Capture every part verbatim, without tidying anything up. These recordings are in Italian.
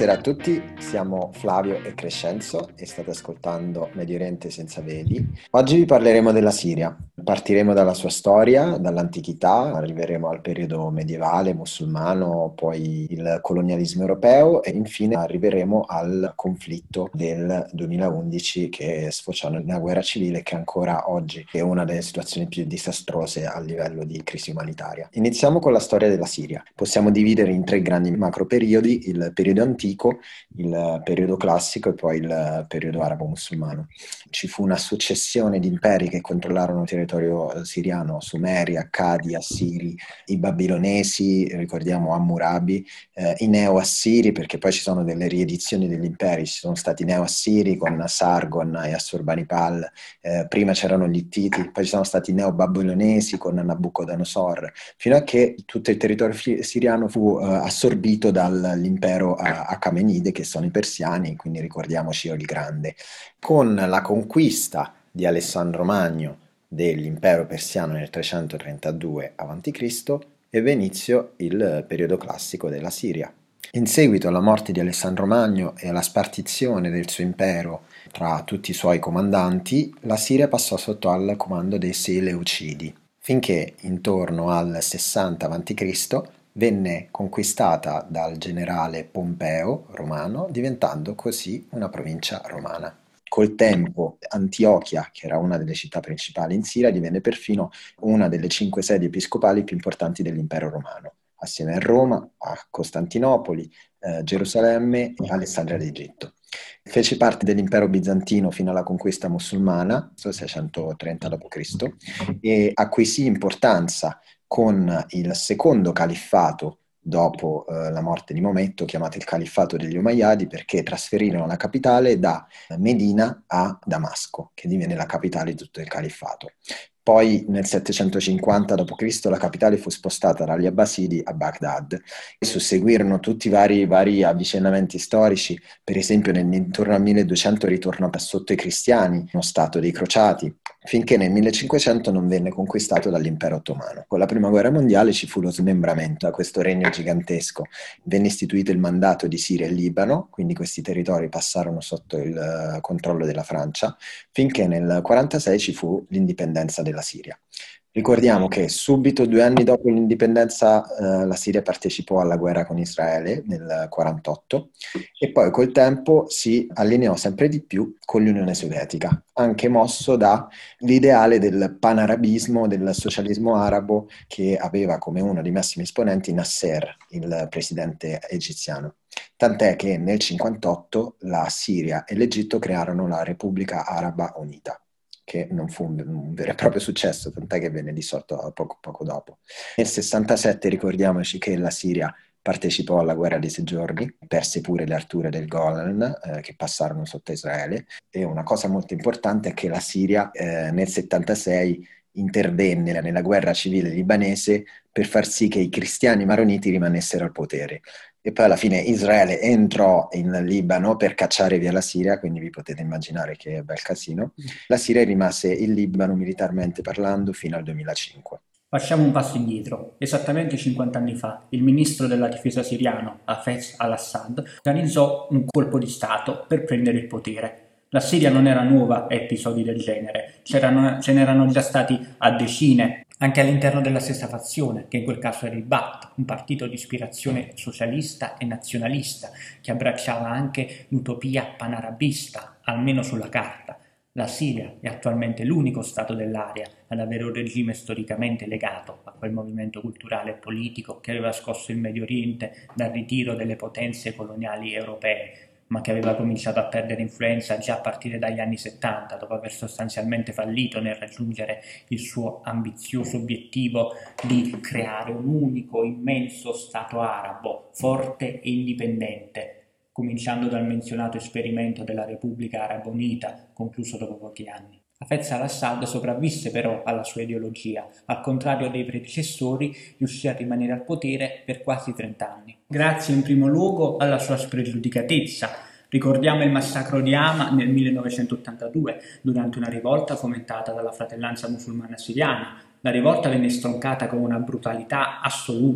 Buonasera a tutti, siamo Flavio e Crescenzo e state ascoltando Medio Oriente senza veli. Oggi vi parleremo della Siria. Partiremo dalla sua storia, dall'antichità, arriveremo al periodo medievale, musulmano, poi il colonialismo europeo e infine arriveremo al conflitto del duemilaundici che sfociò nella guerra civile, che ancora oggi è una delle situazioni più disastrose a livello di crisi umanitaria. Iniziamo con la storia della Siria. Possiamo dividere in tre grandi macro periodi: il periodo antico, il periodo classico e poi il periodo arabo-musulmano. Ci fu una successione di imperi che controllarono il territorio siriano: Sumeri, Accadi, Assiri, i Babilonesi, ricordiamo Hammurabi, eh, i Neo-Assiri, perché poi ci sono delle riedizioni degli imperi, ci sono stati Neo-Assiri con Sargon e Assurbanipal, eh, prima c'erano gli Ittiti, poi ci sono stati i Neo-Babilonesi con Nabucodonosor, fino a che tutto il territorio fi- siriano fu eh, assorbito dall'impero Acamenide, che sono i persiani, quindi ricordiamoci il Grande. Con la conquista di Alessandro Magno dell'impero persiano nel trecentotrentadue avanti Cristo ebbe inizio il periodo classico della Siria. In seguito alla morte di Alessandro Magno e alla spartizione del suo impero tra tutti i suoi comandanti, la Siria passò sotto al comando dei Seleucidi, finché intorno al sessanta avanti Cristo venne conquistata dal generale Pompeo romano, diventando così una provincia romana. Col tempo Antiochia, che era una delle città principali in Siria, divenne perfino una delle cinque sedi episcopali più importanti dell'impero romano, assieme a Roma, a Costantinopoli, eh, Gerusalemme e Alessandria d'Egitto. Fece parte dell'impero bizantino fino alla conquista musulmana, seicentotrenta dopo Cristo, e acquisì importanza con il secondo califfato dopo eh, la morte di Maometto, chiamato il califfato degli Umayyadi, perché trasferirono la capitale da Medina a Damasco, che divenne la capitale di tutto il califfato. Poi nel settecentocinquanta dopo Cristo la capitale fu spostata dagli Abbasidi a Baghdad. Susseguirono tutti i vari, vari avvicendamenti storici. Per esempio nel, intorno al milleduecento ritornò sotto i cristiani, uno stato dei crociati, finché nel millecinquecento non venne conquistato dall'impero ottomano. Con la prima guerra mondiale ci fu lo smembramento a questo regno gigantesco. Venne istituito il mandato di Siria e Libano, quindi questi territori passarono sotto il uh, controllo della Francia, finché nel millenovecentoquarantasei ci fu l'indipendenza della Siria. Ricordiamo che subito, due anni dopo l'indipendenza, eh, la Siria partecipò alla guerra con Israele nel quarantotto e poi col tempo si allineò sempre di più con l'Unione Sovietica, anche mosso dall'ideale del panarabismo, del socialismo arabo, che aveva come uno dei massimi esponenti Nasser, il presidente egiziano. Tant'è che nel cinquantotto la Siria e l'Egitto crearono la Repubblica Araba Unita, che non fu un, un vero e proprio successo, tant'è che venne dissolto poco, poco dopo. Nel sessantasette ricordiamoci che la Siria partecipò alla guerra dei sei giorni, perse pure le alture del Golan eh, che passarono sotto Israele, e una cosa molto importante è che la Siria eh, nel settantasei intervenne nella guerra civile libanese per far sì che i cristiani maroniti rimanessero al potere. E poi alla fine Israele entrò in Libano per cacciare via la Siria, quindi vi potete immaginare che bel casino. La Siria rimase in Libano militarmente parlando fino al duemilacinque. Facciamo un passo indietro. Esattamente cinquanta anni fa, il ministro della difesa siriano, Hafez al-Assad, organizzò un colpo di Stato per prendere il potere. La Siria non era nuova a episodi del genere, C'erano, ce n'erano già stati a decine, anche all'interno della stessa fazione, che in quel caso era il Ba'ath, un partito di ispirazione socialista e nazionalista, che abbracciava anche l'utopia panarabista, almeno sulla carta. La Siria è attualmente l'unico stato dell'area ad avere un regime storicamente legato a quel movimento culturale e politico che aveva scosso il Medio Oriente dal ritiro delle potenze coloniali europee, ma che aveva cominciato a perdere influenza già a partire dagli anni settanta, dopo aver sostanzialmente fallito nel raggiungere il suo ambizioso obiettivo di creare un unico immenso stato arabo, forte e indipendente, cominciando dal menzionato esperimento della Repubblica Araba Unita, concluso dopo pochi anni. Hafez al-Assad sopravvisse però alla sua ideologia, al contrario dei predecessori riuscì a rimanere al potere per quasi trent'anni. Grazie in primo luogo alla sua spregiudicatezza. Ricordiamo il massacro di Hama nel millenovecentottantadue, durante una rivolta fomentata dalla fratellanza musulmana siriana. La rivolta venne stroncata con una brutalità assoluta.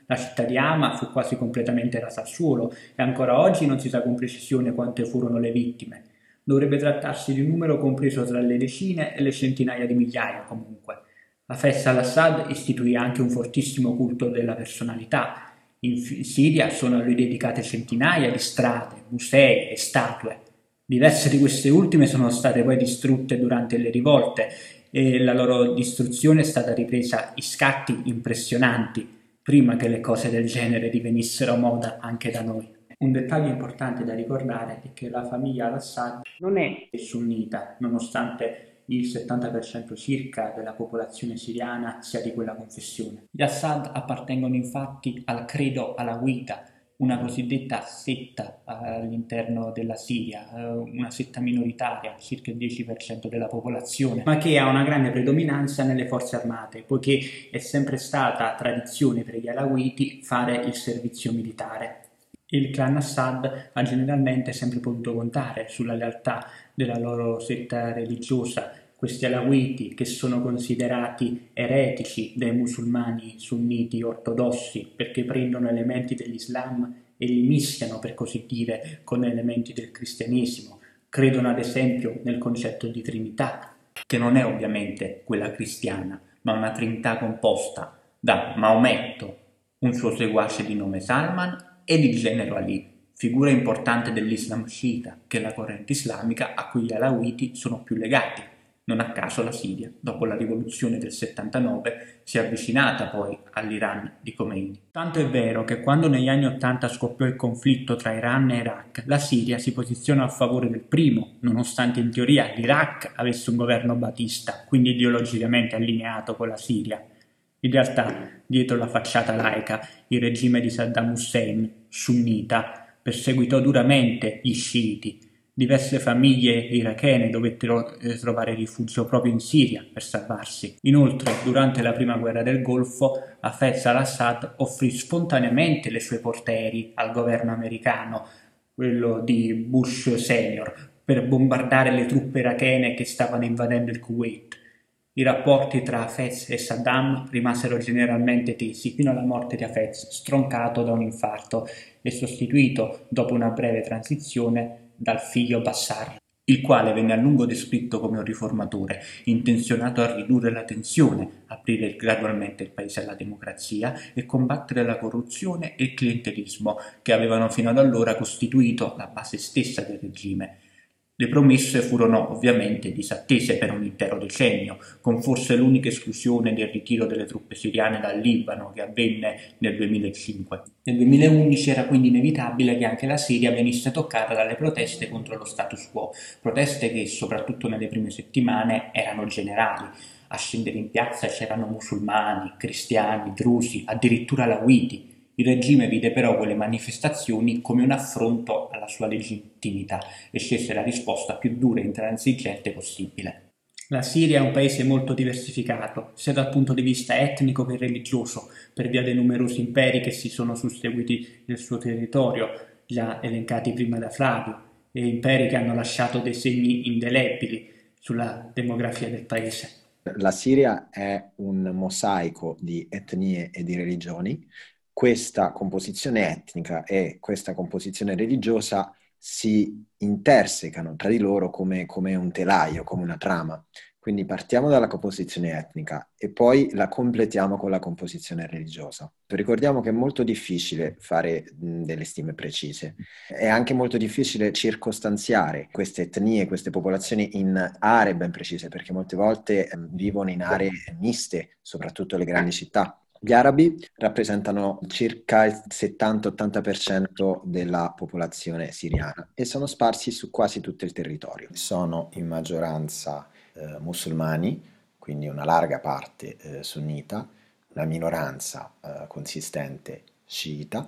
La città di Hama fu quasi completamente rasa al suolo e ancora oggi non si sa con precisione quante furono le vittime. Dovrebbe trattarsi di un numero compreso tra le decine e le centinaia di migliaia comunque. La festa al-Assad istituì anche un fortissimo culto della personalità. In Siria sono a lui dedicate centinaia di strade, musei e statue. Diverse di queste ultime sono state poi distrutte durante le rivolte e la loro distruzione è stata ripresa in scatti impressionanti, prima che le cose del genere divenissero moda anche da noi. Un dettaglio importante da ricordare è che la famiglia al-Assad non è sunnita, nonostante il settanta per cento circa della popolazione siriana sia di quella confessione. Gli Assad appartengono infatti al credo alawita, una cosiddetta setta all'interno della Siria, una setta minoritaria, circa il dieci per cento della popolazione, ma che ha una grande predominanza nelle forze armate, poiché è sempre stata tradizione per gli alawiti fare il servizio militare. Il clan Assad ha generalmente sempre potuto contare sulla lealtà della loro setta religiosa. Questi alawiti, che sono considerati eretici dai musulmani sunniti ortodossi perché prendono elementi dell'Islam e li mischiano, per così dire, con elementi del cristianesimo, credono ad esempio nel concetto di Trinità, che non è ovviamente quella cristiana, ma una Trinità composta da Maometto, un suo seguace di nome Salman e di genero Ali, figura importante dell'Islam sciita, che è la corrente islamica a cui gli alawiti sono più legati. Non a caso la Siria, dopo la rivoluzione del settantanove, si è avvicinata poi all'Iran di Khomeini. Tanto è vero che quando negli anni ottanta scoppiò il conflitto tra Iran e Iraq, la Siria si posizionò a favore del primo, nonostante in teoria l'Iraq avesse un governo baatista, quindi ideologicamente allineato con la Siria. In realtà, dietro la facciata laica, il regime di Saddam Hussein, sunnita, perseguitò duramente gli sciiti. Diverse famiglie irachene dovettero trovare rifugio proprio in Siria per salvarsi. Inoltre, durante la prima guerra del Golfo, Hafez al-Assad offrì spontaneamente le sue portaerei al governo americano, quello di Bush senior, per bombardare le truppe irachene che stavano invadendo il Kuwait. I rapporti tra Hafez e Saddam rimasero generalmente tesi fino alla morte di Hafez, stroncato da un infarto e sostituito, dopo una breve transizione, dal figlio Bashar, il quale venne a lungo descritto come un riformatore, intenzionato a ridurre la tensione, aprire gradualmente il paese alla democrazia e combattere la corruzione e il clientelismo che avevano fino ad allora costituito la base stessa del regime. Le promesse furono ovviamente disattese per un intero decennio, con forse l'unica esclusione del ritiro delle truppe siriane dal Libano che avvenne nel duemilacinque. Nel duemilaundici era quindi inevitabile che anche la Siria venisse toccata dalle proteste contro lo status quo, proteste che soprattutto nelle prime settimane erano generali. A scendere in piazza c'erano musulmani, cristiani, drusi, addirittura alawiti. Il regime vide però quelle manifestazioni come un affronto alla sua legittimità e scelse la risposta più dura e intransigente possibile. La Siria è un paese molto diversificato, sia dal punto di vista etnico che religioso, per via dei numerosi imperi che si sono susseguiti nel suo territorio, già elencati prima da Flavio, e imperi che hanno lasciato dei segni indelebili sulla demografia del paese. La Siria è un mosaico di etnie e di religioni. Questa composizione etnica e questa composizione religiosa si intersecano tra di loro come, come un telaio, come una trama. Quindi partiamo dalla composizione etnica e poi la completiamo con la composizione religiosa. Ricordiamo che è molto difficile fare mh, delle stime precise. È anche molto difficile circostanziare queste etnie, queste popolazioni in aree ben precise, perché molte volte eh, vivono in aree miste, soprattutto le grandi città. Gli arabi rappresentano circa il settanta ottanta per cento della popolazione siriana e sono sparsi su quasi tutto il territorio. Sono in maggioranza eh, musulmani, quindi una larga parte eh, sunnita, una minoranza eh, consistente sciita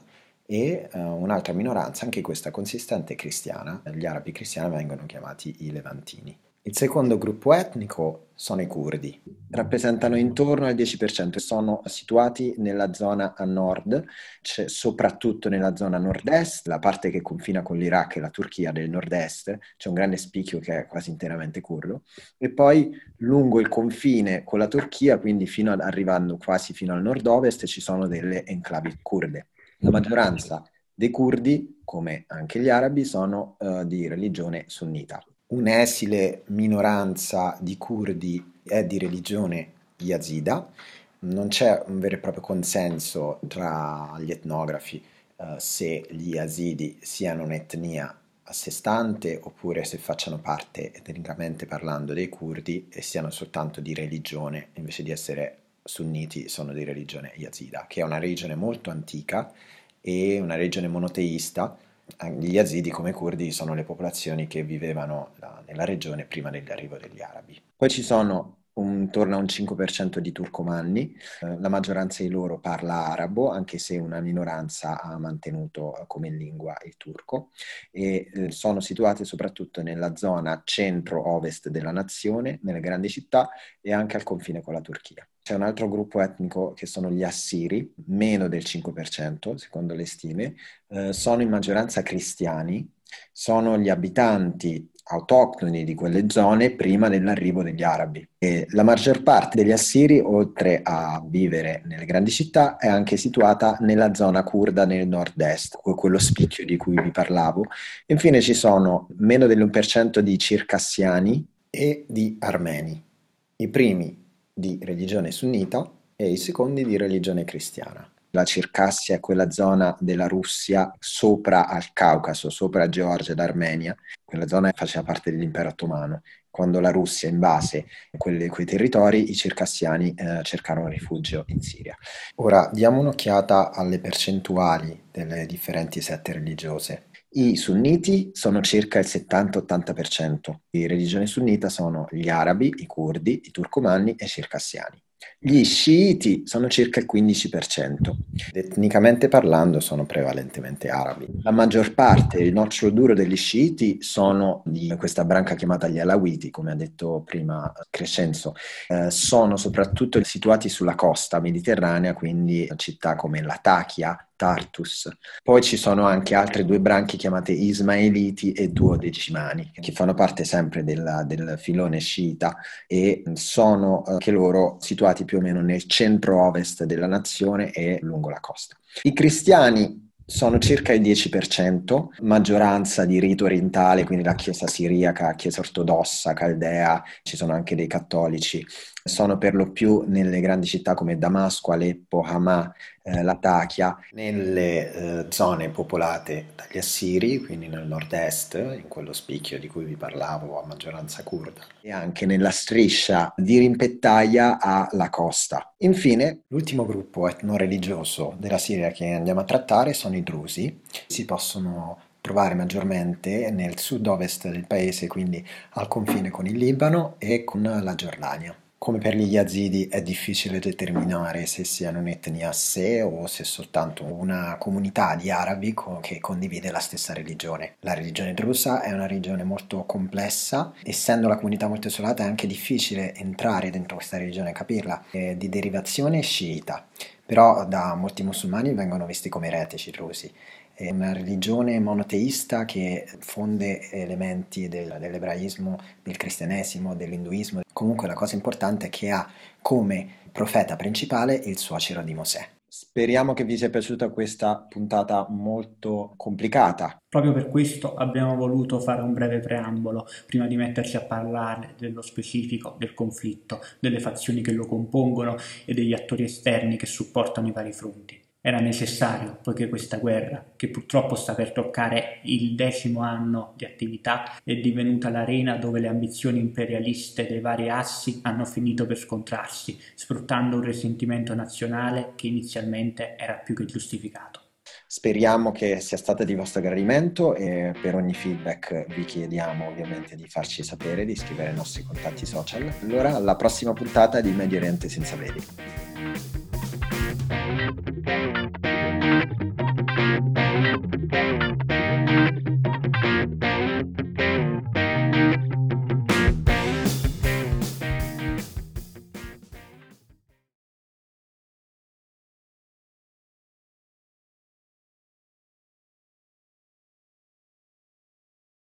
e eh, un'altra minoranza, anche questa consistente cristiana. Gli arabi cristiani vengono chiamati i levantini. Il secondo gruppo etnico sono i curdi. Rappresentano intorno al dieci per cento, sono situati nella zona a nord, cioè soprattutto nella zona nord-est, la parte che confina con l'Iraq e la Turchia del nord-est, c'è un grande spicchio che è quasi interamente curdo, e poi lungo il confine con la Turchia, quindi fino ad, arrivando quasi fino al nord-ovest, ci sono delle enclavi kurde. La maggioranza dei curdi, come anche gli arabi, sono uh, di religione sunnita. Un'esile minoranza di curdi è di religione yazida. Non c'è un vero e proprio consenso tra gli etnografi uh, se gli yazidi siano un'etnia a sé stante oppure se facciano parte, etnicamente parlando, dei curdi e siano soltanto di religione, invece di essere sunniti, sono di religione yazida, che è una religione molto antica e una religione monoteista. Gli yazidi come curdi sono le popolazioni che vivevano la- nella regione prima dell'arrivo degli arabi. Poi ci sono un- intorno a un cinque per cento di turcomanni, eh, la maggioranza di loro parla arabo, anche se una minoranza ha mantenuto eh, come lingua il turco, e eh, sono situate soprattutto nella zona centro-ovest della nazione, nelle grandi città e anche al confine con la Turchia. C'è un altro gruppo etnico che sono gli assiri, meno del cinque per cento secondo le stime, eh, sono in maggioranza cristiani, sono gli abitanti autoctoni di quelle zone prima dell'arrivo degli arabi. E la maggior parte degli assiri, oltre a vivere nelle grandi città, è anche situata nella zona curda nel nord-est, quello spicchio di cui vi parlavo. Infine ci sono meno dell'uno per cento di circassiani e di armeni, i primi di religione sunnita e i secondi di religione cristiana. La Circassia è quella zona della Russia sopra al Caucaso, sopra Georgia ed Armenia. Quella zona faceva parte dell'impero ottomano. Quando la Russia invase quelle, quei territori, i circassiani eh, cercarono rifugio in Siria. Ora diamo un'occhiata alle percentuali delle differenti sette religiose. I sunniti sono circa il settanta-ottanta per cento. Di religione sunnita sono gli arabi, i curdi, i turcomanni e i circassiani. Gli sciiti sono circa il quindici per cento. Etnicamente parlando sono prevalentemente arabi. La maggior parte, il nocciolo duro degli sciiti sono di questa branca chiamata gli alawiti, come ha detto prima Crescenzo. Eh, sono soprattutto situati sulla costa mediterranea, quindi città come Latakia, Tartus. Poi ci sono anche altre due branche chiamate Ismaeliti e Duodecimani, che fanno parte sempre della, del filone sciita e sono eh, che loro situati più o meno nel centro-ovest della nazione e lungo la costa. I cristiani sono circa il dieci per cento, maggioranza di rito orientale, quindi la chiesa siriaca, chiesa ortodossa, caldea, ci sono anche dei cattolici. Sono per lo più nelle grandi città come Damasco, Aleppo, Hama, eh, Latakia, nelle eh, zone popolate dagli assiri, quindi nel nord-est, in quello spicchio di cui vi parlavo, a maggioranza curda, e anche nella striscia di rimpettaia alla costa. Infine, l'ultimo gruppo etno-religioso della Siria che andiamo a trattare sono i drusi. Si possono trovare maggiormente nel sud-ovest del paese, quindi al confine con il Libano e con la Giordania. Come per gli yazidi è difficile determinare se siano un'etnia a sé o se soltanto una comunità di arabi che condivide la stessa religione. La religione drusa è una religione molto complessa, essendo la comunità molto isolata è anche difficile entrare dentro questa religione e capirla. È di derivazione sciita, però da molti musulmani vengono visti come eretici drusi. È una religione monoteista che fonde elementi del, dell'ebraismo, del cristianesimo, dell'induismo. Comunque la cosa importante è che ha come profeta principale il suocero di Mosè. Speriamo che vi sia piaciuta questa puntata molto complicata. Proprio per questo abbiamo voluto fare un breve preambolo prima di metterci a parlare dello specifico del conflitto, delle fazioni che lo compongono e degli attori esterni che supportano i vari fronti. Era necessario, poiché questa guerra, che purtroppo sta per toccare il decimo anno di attività, è divenuta l'arena dove le ambizioni imperialiste dei vari assi hanno finito per scontrarsi, sfruttando un risentimento nazionale che inizialmente era più che giustificato. Speriamo che sia stata di vostro gradimento e per ogni feedback vi chiediamo ovviamente di farci sapere, di iscrivere ai nostri contatti social. Allora, alla prossima puntata di Medio Oriente senza veli. Thank you.